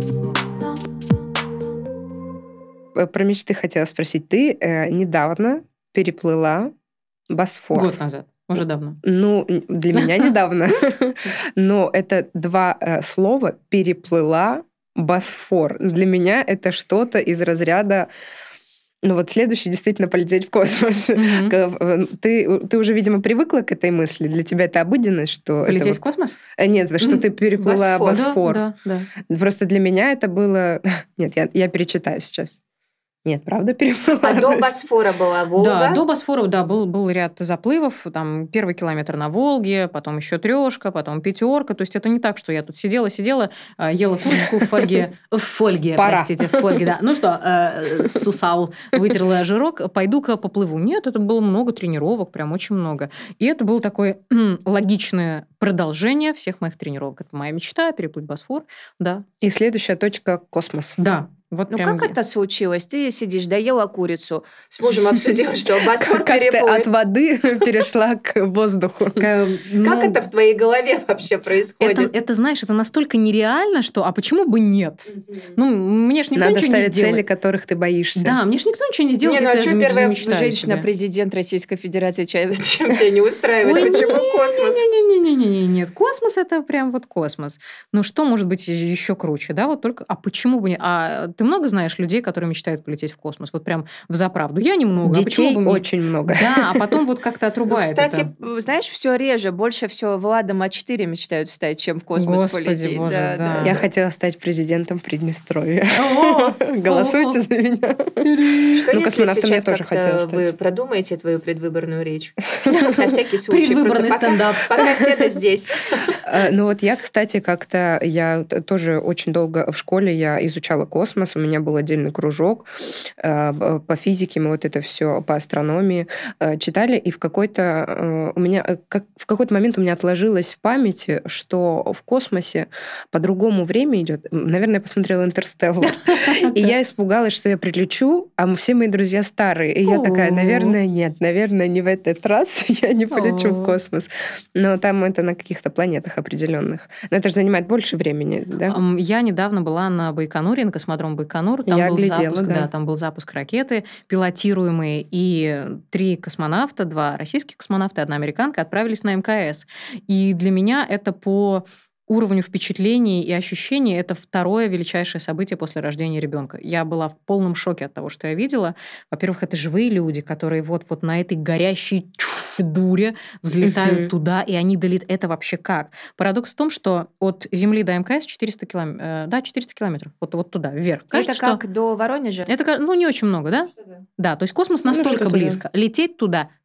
Про мечты хотела спросить. Ты недавно переплыла Босфор. Год назад. Уже давно. Ну, для меня недавно. Но это два слова «переплыла Босфор». Для меня это что-то из разряда... Ну вот следующий действительно полететь в космос. Ты уже, видимо, привыкла к этой мысли? Для тебя это обыденность, что... Полететь в космос? Нет, что ты переплыла Босфор. Да. Просто для меня это было... Нет, я перечитаю сейчас. Нет, правда, переплыла. А до Босфора была Волга? Да, до Босфора, да, был ряд заплывов. Там первый километр на Волге, потом еще 3, потом 5. То есть это не так, что я тут сидела, ела курочку в фольге. В фольге, простите, в фольге, да. Ну что, сусал, вытерла жирок, пойду-ка поплыву. Нет, это было много тренировок, прям очень много. И это было такое логичное продолжение всех моих тренировок. Это моя мечта, переплыть Босфор, да. И следующая точка – космос. Да. Вот ну как это случилось? Ты сидишь, доела курицу, с мужем обсудила, что Босфор переплыть. Как ты от воды перешла к воздуху? Как это в твоей голове вообще происходит? Это, знаешь, это настолько нереально, что а почему бы нет? Ну, мне ж никто Надо ничего не ставить сделает. цели, которых ты боишься. Да, мне ж никто ничего не сделает, ну а что если я первая замечтаю себе. женщина-президент Российской Федерации, чем тебя не устраивает? Почему космос? Не-не-не, нет, космос это прям вот космос. Ну что может быть еще круче, да? Вот только, а почему бы не? А ты много знаешь людей, которые мечтают полететь в космос? Вот прям взаправду. Я немного. Детей а очень много. Да, а потом вот как-то отрубает. Кстати, знаешь, все реже, больше всего Владом А4 мечтают стать, чем в космос полететь. Боже, да. Я хотела стать президентом Приднестровья. Голосуйте за меня. Что Ну, если космонавтом я сейчас тоже хотела как-то вы стать. продумаете твою предвыборную речь? На всякий случай. Предвыборный Просто стендап. Пока Седа здесь. Ну вот я, кстати, как-то, я тоже очень долго в школе я изучала космос, у меня был отдельный кружок по физике, мы вот это все по астрономии читали, и в какой-то момент у меня отложилось в памяти, что в космосе по-другому время идет. Наверное, я посмотрела «Интерстеллар», и я испугалась, что я прилечу, а все мои друзья старые, и я такая, наверное, нет, наверное, не в этот раз я не полечу в космос. Но там это на каких-то планетах определенных. Но это же занимает больше времени, да? Я недавно была на Байконуре, на космодром Байконур. Там Я был глядела, запуск, да. Там был запуск ракеты, пилотируемые, и 3 космонавта, 2 российских космонавта и 1 американка отправились на МКС. И для меня это по уровню впечатлений и ощущений это второе величайшее событие после рождения ребенка. Я была в полном шоке от того, что я видела. Во-первых, это живые люди, которые вот на этой горящей дуре взлетают туда, и они долетают. Это вообще как? Парадокс в том, что от Земли до МКС 400 километров. Да, 400 километров. Вот туда, вверх. Кажется, это как до Воронежа? Это, не очень много, да? Да, то есть космос настолько близко. Лететь туда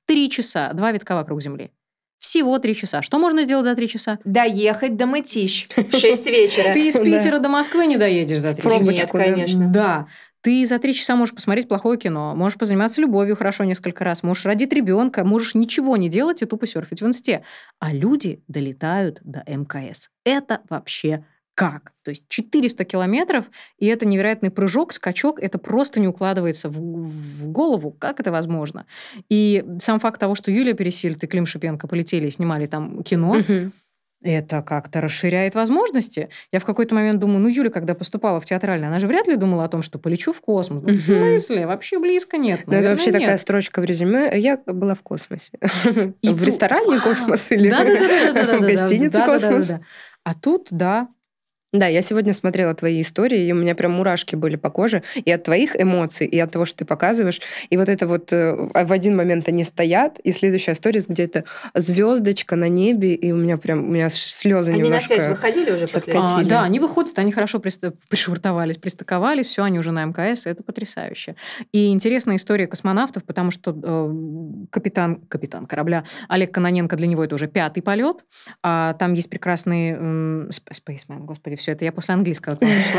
3 часа, 2 витка вокруг Земли. Всего 3 часа. Что можно сделать за 3 часа? Доехать до Мытищ в 6 вечера. Ты из Питера до Москвы не доедешь за 3 часа. Нет, конечно. Да. Ты за 3 часа можешь посмотреть плохое кино, можешь позаниматься любовью хорошо несколько раз, можешь родить ребенка, можешь ничего не делать и тупо серфить в инсте. А люди долетают до МКС. Это вообще как? То есть 400 километров, и это невероятный прыжок, скачок, это просто не укладывается в голову. Как это возможно? И сам факт того, что Юлия Пересильд и Клим Шипенко полетели и снимали там кино, это как-то расширяет возможности. Я в какой-то момент думаю, Юля, когда поступала в театральный, она же вряд ли думала о том, что полечу в космос. В смысле? Вообще близко нет. Ну, это вообще такая строчка в резюме. Я была в космосе. В ресторане космос или в гостинице космос. А тут, да. Да, я сегодня смотрела твои истории, и у меня прям мурашки были по коже и от твоих эмоций, и от того, что ты показываешь. И вот это вот в один момент они стоят, и следующая история, где это звездочка на небе, и у меня слезы немножко. Они на связь выходили уже после этого? Да, они выходят, они хорошо пришвартовались, пристыковались, все, они уже на МКС, это потрясающе. И интересная история космонавтов, потому что капитан корабля Олег Кононенко, для него это уже 5-й полет. Там есть прекрасный спейсмен, господи, все это я после английского пришла.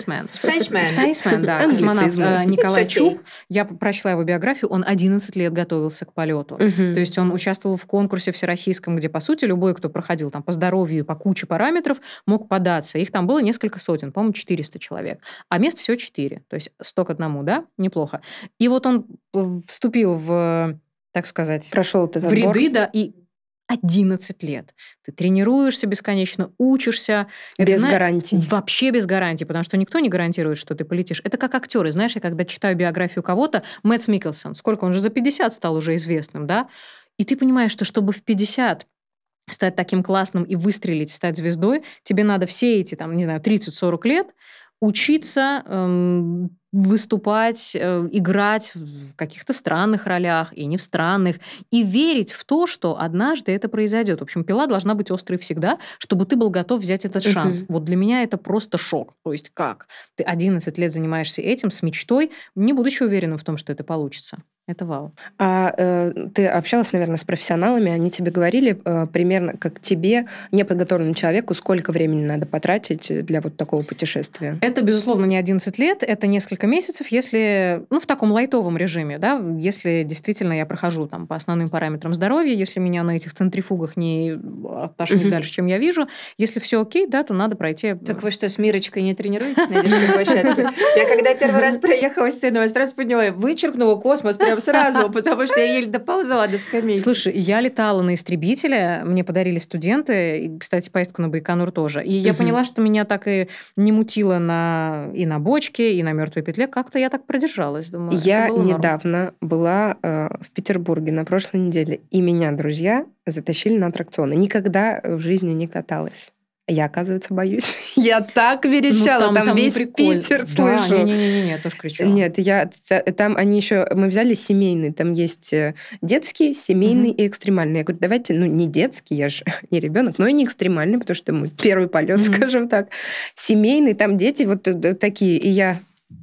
Spaceman, да. Космонавт Николай Чуб. Я прочла его биографию, он 11 лет готовился к полету. То есть он участвовал в конкурсе всероссийском, где, по сути, любой, кто проходил там по здоровью и по куче параметров, мог податься. Их там было несколько сотен, по-моему, 400 человек. А мест всего 4. То есть 100 к 1, да? Неплохо. И вот он вступил в, так сказать, прошел этот в ряды, да, и 11 лет. Ты тренируешься бесконечно, учишься. Без гарантий. Вообще без гарантий, потому что никто не гарантирует, что ты полетишь. Это как актеры. Знаешь, я когда читаю биографию кого-то, Мэтс Миккелсон, сколько? Он же за 50 стал уже известным, да? И ты понимаешь, что чтобы в 50 стать таким классным и выстрелить, стать звездой, тебе надо все эти, 30-40 лет учиться выступать, играть в каких-то странных ролях и не в странных, и верить в то, что однажды это произойдет. В общем, пила должна быть острой всегда, чтобы ты был готов взять этот шанс. Вот для меня это просто шок. То есть как? Ты 11 лет занимаешься этим с мечтой, не будучи уверенным в том, что это получится. Это вау. Ты общалась, наверное, с профессионалами, они тебе говорили примерно, как тебе, неподготовленному человеку, сколько времени надо потратить для вот такого путешествия? Это, безусловно, не 11 лет, это несколько месяцев, если, в таком лайтовом режиме, да, если действительно я прохожу там по основным параметрам здоровья, если меня на этих центрифугах не оттошнит дальше, чем я вижу, если все окей, да, то надо пройти. Так вы что, с Мирочкой не тренируетесь на детской площадке? Я когда первый раз приехала в сцену, я сразу поняла, вычеркнула космос прям сразу, потому что я еле доползала до скамейки. Слушай, я летала на истребителе, мне подарили студенты, и, кстати, поездку на Байконур тоже. И я поняла, что меня так и не мутило и на бочке, и на мертвой петле. Как-то я так продержалась. Думаю, я недавно была в Петербурге на прошлой неделе, и меня друзья затащили на аттракционы. Никогда в жизни не каталась. Я, оказывается, боюсь. Я так верещала, там весь Питер слышу. Не-не-не, тоже кричала. Нет, там они еще... Мы взяли семейный, там есть детский, семейный и экстремальный. Я говорю, давайте, не детский, я же не ребенок, но и не экстремальный, потому что мой первый полет, скажем так. Семейный, там дети вот такие, и я...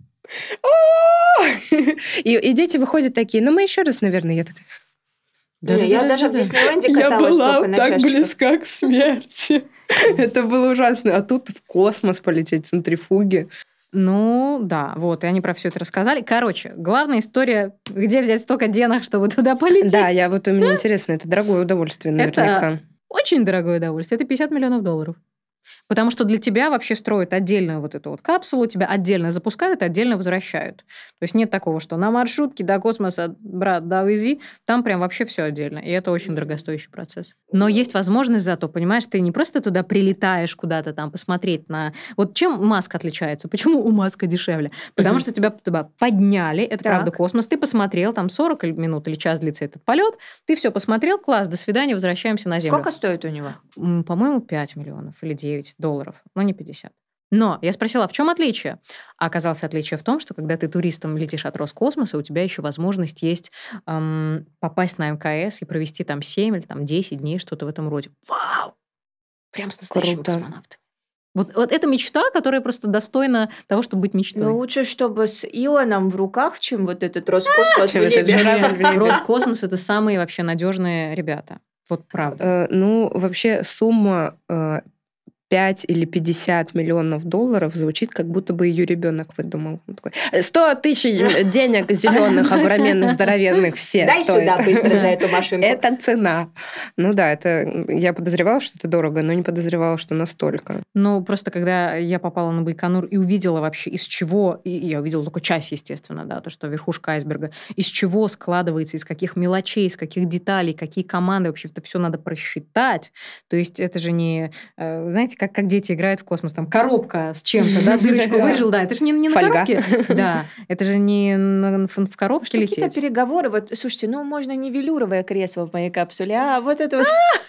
И дети выходят такие, мы еще раз, наверное, я такая... Я даже в Диснейленде каталась только на чашечках. Я была так близка к смерти. Это было ужасно. А тут в космос полететь, центрифуги. Да, вот, и они про все это рассказали. Короче, главная история, где взять столько денег, чтобы туда полететь. Да, мне интересно, это дорогое удовольствие наверняка. Это очень дорогое удовольствие, это $50 миллионов. Потому что для тебя вообще строят отдельную вот эту вот капсулу, тебя отдельно запускают, отдельно возвращают. То есть нет такого, что на маршрутке до космоса, брат, довези, там прям вообще все отдельно. И это очень дорогостоящий процесс. Но есть возможность зато, понимаешь, ты не просто туда прилетаешь куда-то там посмотреть на... Вот чем Маск отличается? Почему у Маска дешевле? Потому что тебя туда подняли, это правда космос, ты посмотрел, там 40 минут или час длится этот полет, ты все посмотрел, класс, до свидания, возвращаемся на Землю. Сколько стоит у него? По-моему, 5 миллионов или 9 долларов, но не 50. Но я спросила, в чем отличие? А оказалось отличие в том, что когда ты туристом летишь от Роскосмоса, у тебя еще возможность есть попасть на МКС и провести там 7 или там 10 дней, что-то в этом роде. Вау! Прям с настоящими космонавтами. Вот это мечта, которая просто достойна того, чтобы быть мечтой. Но лучше, чтобы с Илоном в руках, чем вот этот Роскосмос в Чем этот небе. журавль в небе. Роскосмос — это самые вообще надежные ребята. Вот правда. Вообще сумма 5 или 50 миллионов долларов звучит, как будто бы ее ребенок выдумал. Он такой, 100 тысяч денег зеленых, огроменных, здоровенных, все Дай стоят. сюда быстро за эту машинку. Это цена. Ну да, я подозревала, что это дорого, но не подозревала, что настолько. Ну, просто когда я попала на Байконур и увидела вообще, из чего, и я увидела только часть, естественно, да, то, что верхушка айсберга, из чего складывается, из каких мелочей, из каких деталей, какие команды, вообще это все надо просчитать. То есть это же не, знаете, как дети играют в космос, там коробка с чем-то, да, дырочку выжил, да, это же не на Фольга. коробке, да, это же не в коробке лететь. Какие-то переговоры, вот, слушайте, можно не велюровое кресло в моей капсуле, а вот это вот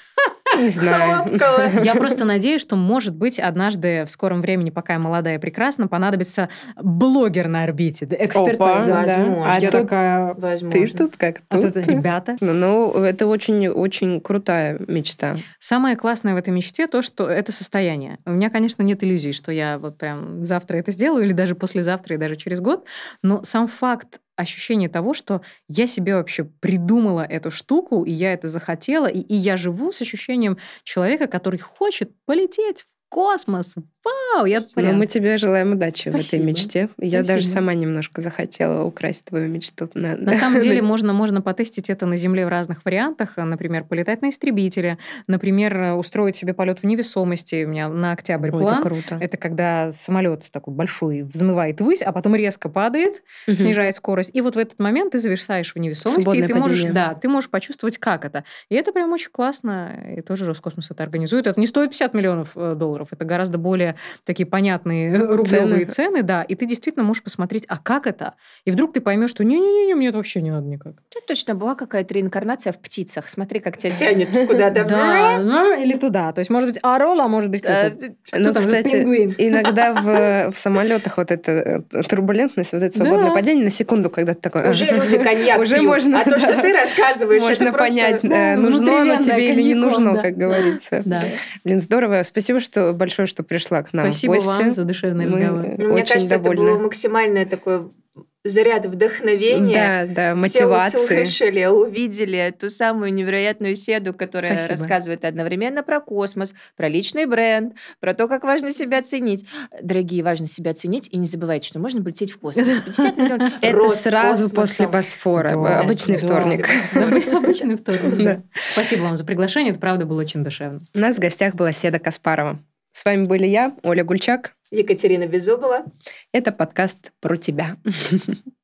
Не знаю. хлопковое. Я просто надеюсь, что, может быть, однажды в скором времени, пока я молодая и прекрасна, понадобится блогер на орбите, эксперт по Опа, да. Возможно. А Я тут такая... Возможно. Ты тут как А тут. тут ребята. Ну, это очень крутая мечта. Самое классное в этой мечте то, что это состояние. У меня, конечно, нет иллюзий, что я вот прям завтра это сделаю или даже послезавтра и даже через год, но сам факт ощущение того, что я себе вообще придумала эту штуку, и я это захотела, и я живу с ощущением человека, который хочет полететь в космос. Вау! Я прям... Мы тебе желаем удачи в этой Спасибо. мечте. Я даже Спасибо. сама немножко захотела украсть твою мечту. На самом деле можно потестить это на Земле в разных вариантах. Например, полетать на истребителе. Например, устроить себе полет в невесомости. У меня на октябрь Ой, план. это круто. Это когда самолет такой большой взмывает ввысь, а потом резко падает, снижает скорость. И вот в этот момент ты зависаешь в невесомости, Свободное и ты можешь, падение. да, ты можешь почувствовать, как это. И это прям очень классно. И тоже Роскосмос это организует. Это не стоит 50 миллионов долларов. Это гораздо более такие понятные рублевые цены, да. И ты действительно можешь посмотреть, а как это? И вдруг ты поймешь, что не-не-не, мне это вообще не надо никак. Тут точно была какая-то реинкарнация в птицах. Смотри, как тебя тянет куда-то. Да, ну, или туда. То есть, может быть, орел, а может быть, кто-то. Ну, там, кстати, пингвин. иногда в самолетах вот эта турбулентность, вот это свободное Да. падение на секунду, когда ты такой... Уже люди коньяк Уже пьют. можно, А то, что да. ты рассказываешь, Можно это просто... понять, нужно оно внутривенное тебе или не коньяком, нужно, да. как говорится. Да. Блин, здорово. Спасибо большое, что пришла к нам Спасибо в гости. вам за душевный разговор. Ну, мне Очень кажется, это довольны. было максимальное такое заряд вдохновения. Да, Все мотивации. услышали, увидели ту самую невероятную седу, которая Спасибо. рассказывает одновременно про космос, про личный бренд, про то, как важно себя ценить. Дорогие, важно себя ценить, и не забывайте, что можно полететь в космос. За 50 миллионов Это сразу Роскосмосом. после Босфора. Да, Обычный да. вторник. Обычный вторник. Да. Да. Спасибо вам за приглашение. Это правда было очень душевно. У нас в гостях была Седа Каспарова. С вами были я, Оля Гульчак. Екатерина Беззубова. Это подкаст про тебя.